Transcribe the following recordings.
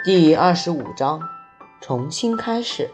第25章重新开始。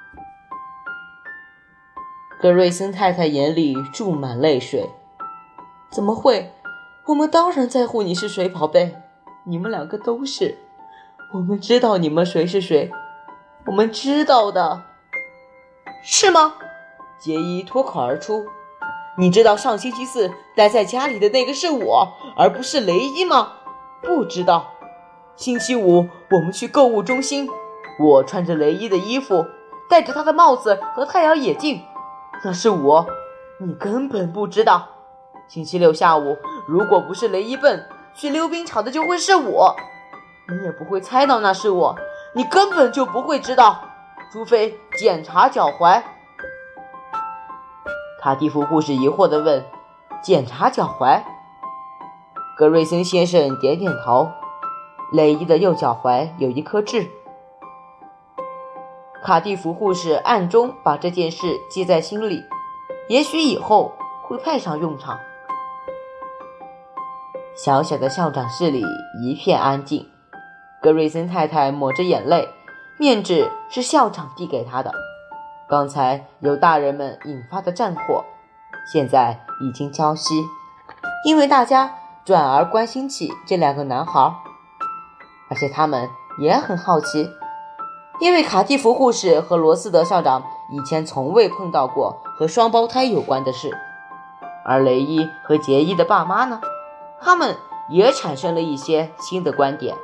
格瑞森太太眼里注满泪水。怎么会？我们当然在乎你是谁，宝贝，你们两个都是。我们知道你们谁是谁，我们知道的。是吗？杰伊脱口而出。你知道上星期四待在家里的那个是我，而不是雷伊吗？不知道。星期五我们去购物中心，我穿着雷伊的衣服，戴着他的帽子和太阳眼镜，那是我，你根本不知道。星期六下午，如果不是雷伊笨，去溜冰场的就会是我，你也不会猜到那是我，你根本就不会知道，除非检查脚踝。卡蒂夫护士疑惑地问：检查脚踝？格瑞森先生点点头。雷伊的右脚踝有一颗痣。卡蒂夫护士暗中把这件事记在心里，也许以后会派上用场。小小的校长室里一片安静，格瑞森太太抹着眼泪，面纸是校长递给她的。刚才由大人们引发的战火，现在已经浇熄，因为大家转而关心起这两个男孩，而且他们也很好奇，因为卡蒂夫护士和罗斯德校长以前从未碰到过和双胞胎有关的事，而雷伊和杰伊的爸妈呢，他们也产生了一些新的观点。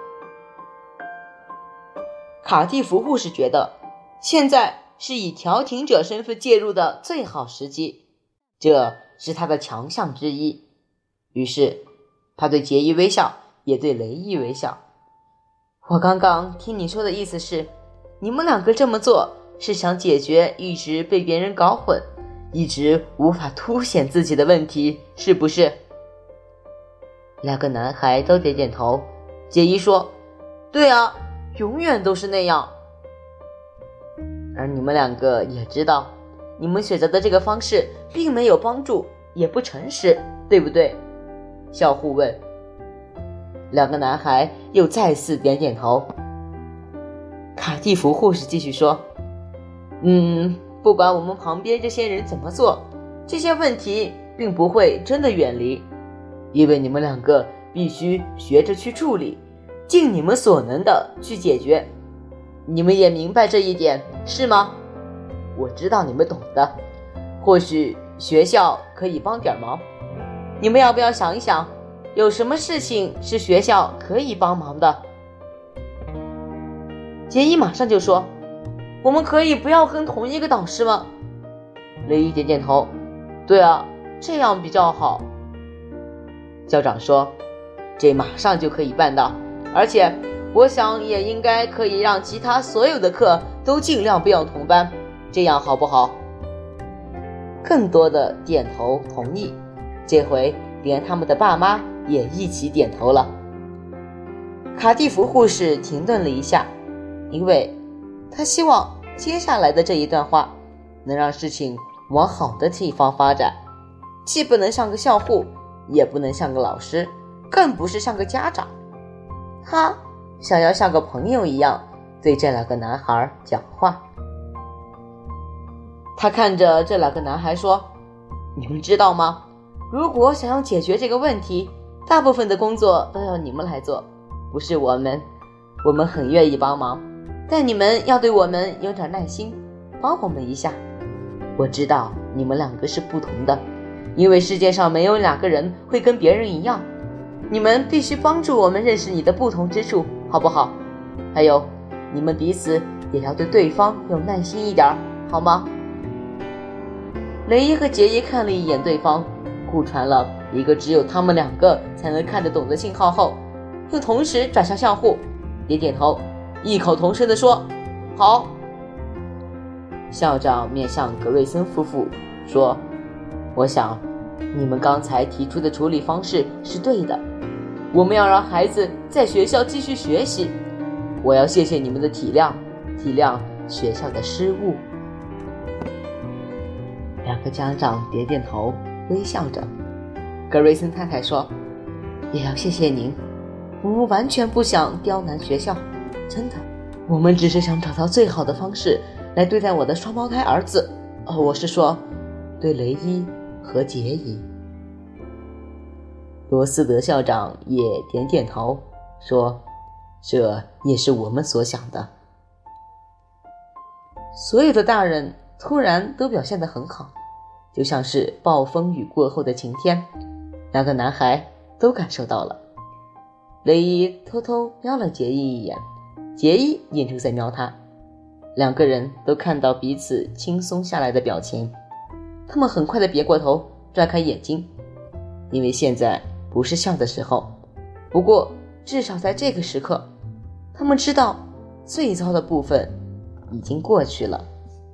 卡蒂夫护士觉得现在是以调停者身份介入的最好时机，这是他的强项之一。于是他对杰伊微笑，也对雷伊微笑。我刚刚听你说的意思是，你们两个这么做是想解决一直被别人搞混，一直无法凸显自己的问题，是不是？两个男孩都点点头。杰伊说：对啊，永远都是那样。而你们两个也知道，你们选择的这个方式并没有帮助，也不诚实，对不对？校护问。两个男孩又再次点点头。卡蒂夫护士继续说：不管我们旁边这些人怎么做，这些问题并不会真的远离，因为你们两个必须学着去处理，尽你们所能的去解决。你们也明白这一点，是吗？我知道你们懂的，或许学校可以帮点忙。你们要不要想一想，有什么事情是学校可以帮忙的？杰伊马上就说：我们可以不要跟同一个导师吗？雷伊点点头。对啊，这样比较好。校长说：这马上就可以办到，而且我想也应该可以让其他所有的课都尽量不要同班，这样好不好？更多的点头同意，这回连他们的爸妈也一起点头了。卡蒂夫护士停顿了一下，因为他希望接下来的这一段话能让事情往好的地方发展，既不能像个校护，也不能像个老师，更不是像个家长。他想要像个朋友一样对这两个男孩讲话。他看着这两个男孩说：你们知道吗？如果想要解决这个问题，大部分的工作都要你们来做，不是我们。我们很愿意帮忙，但你们要对我们有点耐心，帮我们一下。我知道你们两个是不同的，因为世界上没有两个人会跟别人一样。你们必须帮助我们认识你的不同之处，好不好？还有，你们彼此也要对对方有耐心一点，好吗？雷伊和杰伊看了一眼对方，互传了一个只有他们两个才能看得懂的信号后，又同时转向校护，点点头，异口同声地说：好。校长面向格瑞森夫妇说：我想你们刚才提出的处理方式是对的，我们要让孩子在学校继续学习，我要谢谢你们的体谅，体谅学校的失误。两个家长点点头，微笑着。格瑞森太太说：也要谢谢您，我们完全不想刁难学校， 真的，我们只是想找到最好的方式来对待我的双胞胎儿子，我是说，对雷伊和杰伊。罗斯德校长也点点头，说，这也是我们所想的。所有的大人突然都表现得很好，就像是暴风雨过后的晴天，两个男孩都感受到了。雷伊偷偷瞄了杰伊一眼，杰伊眼珠在瞄他，两个人都看到彼此轻松下来的表情，他们很快地别过头，转开眼睛，因为现在不是笑的时候。不过至少在这个时刻，他们知道最糟的部分已经过去了。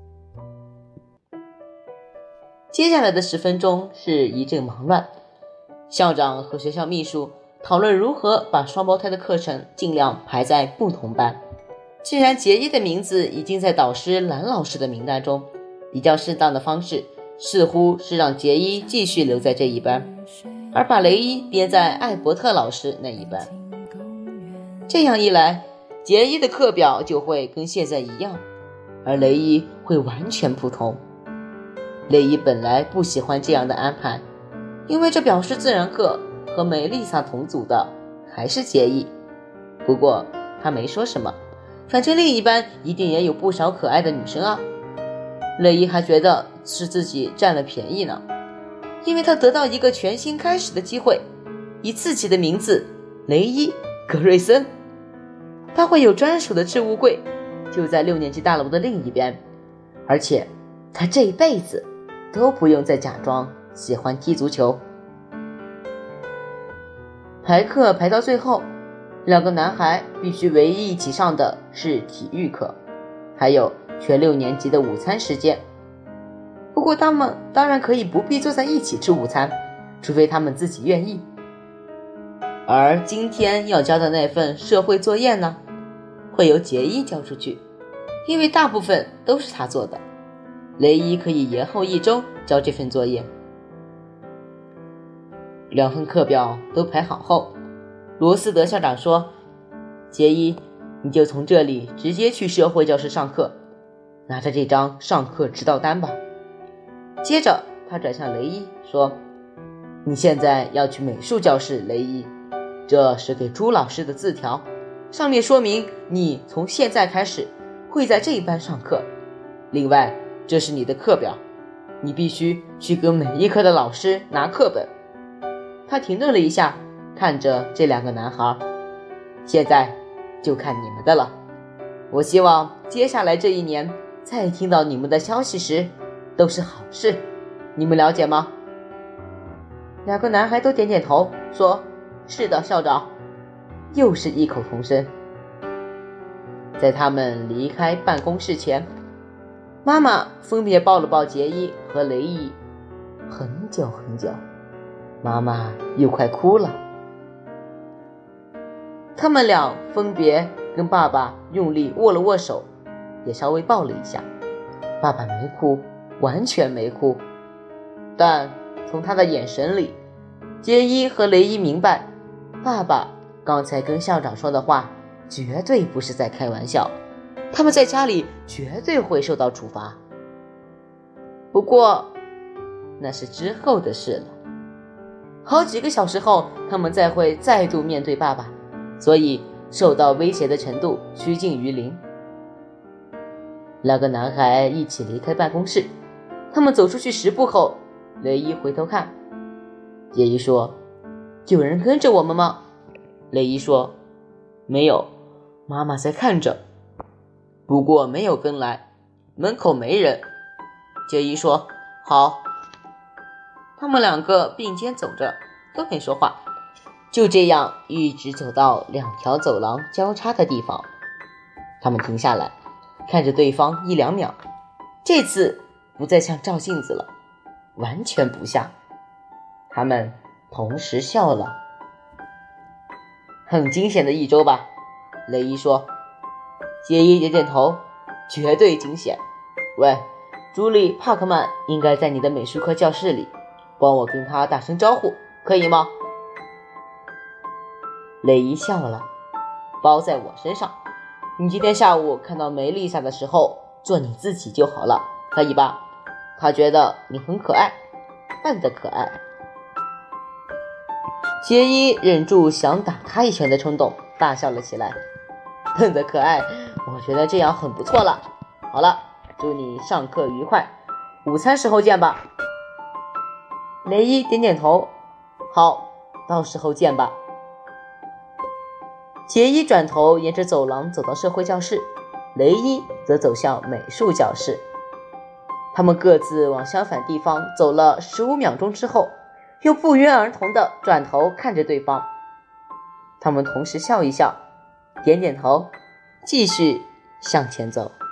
接下来的10分钟是一阵忙乱，校长和学校秘书讨论如何把双胞胎的课程尽量排在不同班。既然杰伊的名字已经在导师兰老师的名单中，比较适当的方式似乎是让杰伊继续留在这一班，而把雷伊编在艾伯特老师那一班。这样一来，杰伊的课表就会跟现在一样，而雷伊会完全不同。雷伊本来不喜欢这样的安排，因为这表示自然课和梅丽莎同组的还是杰伊。不过他没说什么，反正另一班一定也有不少可爱的女生啊。雷伊还觉得是自己占了便宜呢，因为他得到一个全新开始的机会，以自己的名字雷伊·格瑞森。他会有专属的置物柜，就在6年级大楼的另一边，而且他这一辈子都不用再假装喜欢踢足球。排课排到最后，两个男孩必须唯一一起上的是体育课，还有全6年级的午餐时间。不过他们当然可以不必坐在一起吃午餐，除非他们自己愿意。而今天要交的那份社会作业呢，会由杰伊交出去，因为大部分都是他做的。雷伊可以延后1周交这份作业。2份课表都排好后，罗斯德校长说，杰伊，你就从这里直接去社会教室上课，拿着这张上课指导单吧。接着他转向雷伊说，你现在要去美术教室，雷伊，这是给朱老师的字条，上面说明你从现在开始会在这一班上课。另外，这是你的课表，你必须去跟每一科的老师拿课本。他停顿了一下，看着这2个男孩，现在就看你们的了。我希望接下来这1年再听到你们的消息时都是好事，你们了解吗？2个男孩都点点头，说，是的，校长。又是异口同声。在他们离开办公室前，妈妈分别抱了抱杰伊和雷伊，很久很久，妈妈又快哭了。他们俩分别跟爸爸用力握了握手，也稍微抱了一下。爸爸没哭，完全没哭，但从他的眼神里，杰伊和雷伊明白，爸爸刚才跟校长说的话绝对不是在开玩笑，他们在家里绝对会受到处罚。不过那是之后的事了，好几个小时后他们会再度面对爸爸，所以受到威胁的程度趋近于0。2个男孩一起离开办公室，他们走出去10步后，雷伊回头看，杰伊说，有人跟着我们吗？雷伊说，没有，妈妈在看着，不过没有跟来，门口没人。杰伊说，好。他们2个并肩走着，都没说话，就这样一直走到2条走廊交叉的地方。他们停下来，看着对方1-2秒，这次不再像照镜子了，完全不像。他们同时笑了。很惊险的1周吧，雷伊说。杰伊点点头，绝对惊险。喂，朱莉·帕克曼应该在你的美术课教室里，帮我跟他大声招呼，可以吗？雷伊笑了，包在我身上。 你今天下午看到梅丽莎的时候，做你自己就好了，可以吧？她觉得你很可爱，笨的可爱。杰伊忍住想打他一拳的冲动，大笑了起来。笨的可爱，我觉得这样很不错了。好了，祝你上课愉快，午餐时候见吧。雷伊点点头，好，到时候见吧。杰伊转头沿着走廊走到社会教室，雷伊则走向美术教室。他们各自往相反地方走了15秒钟之后，又不约而同地转头看着对方。他们同时笑一笑，点点头，继续向前走。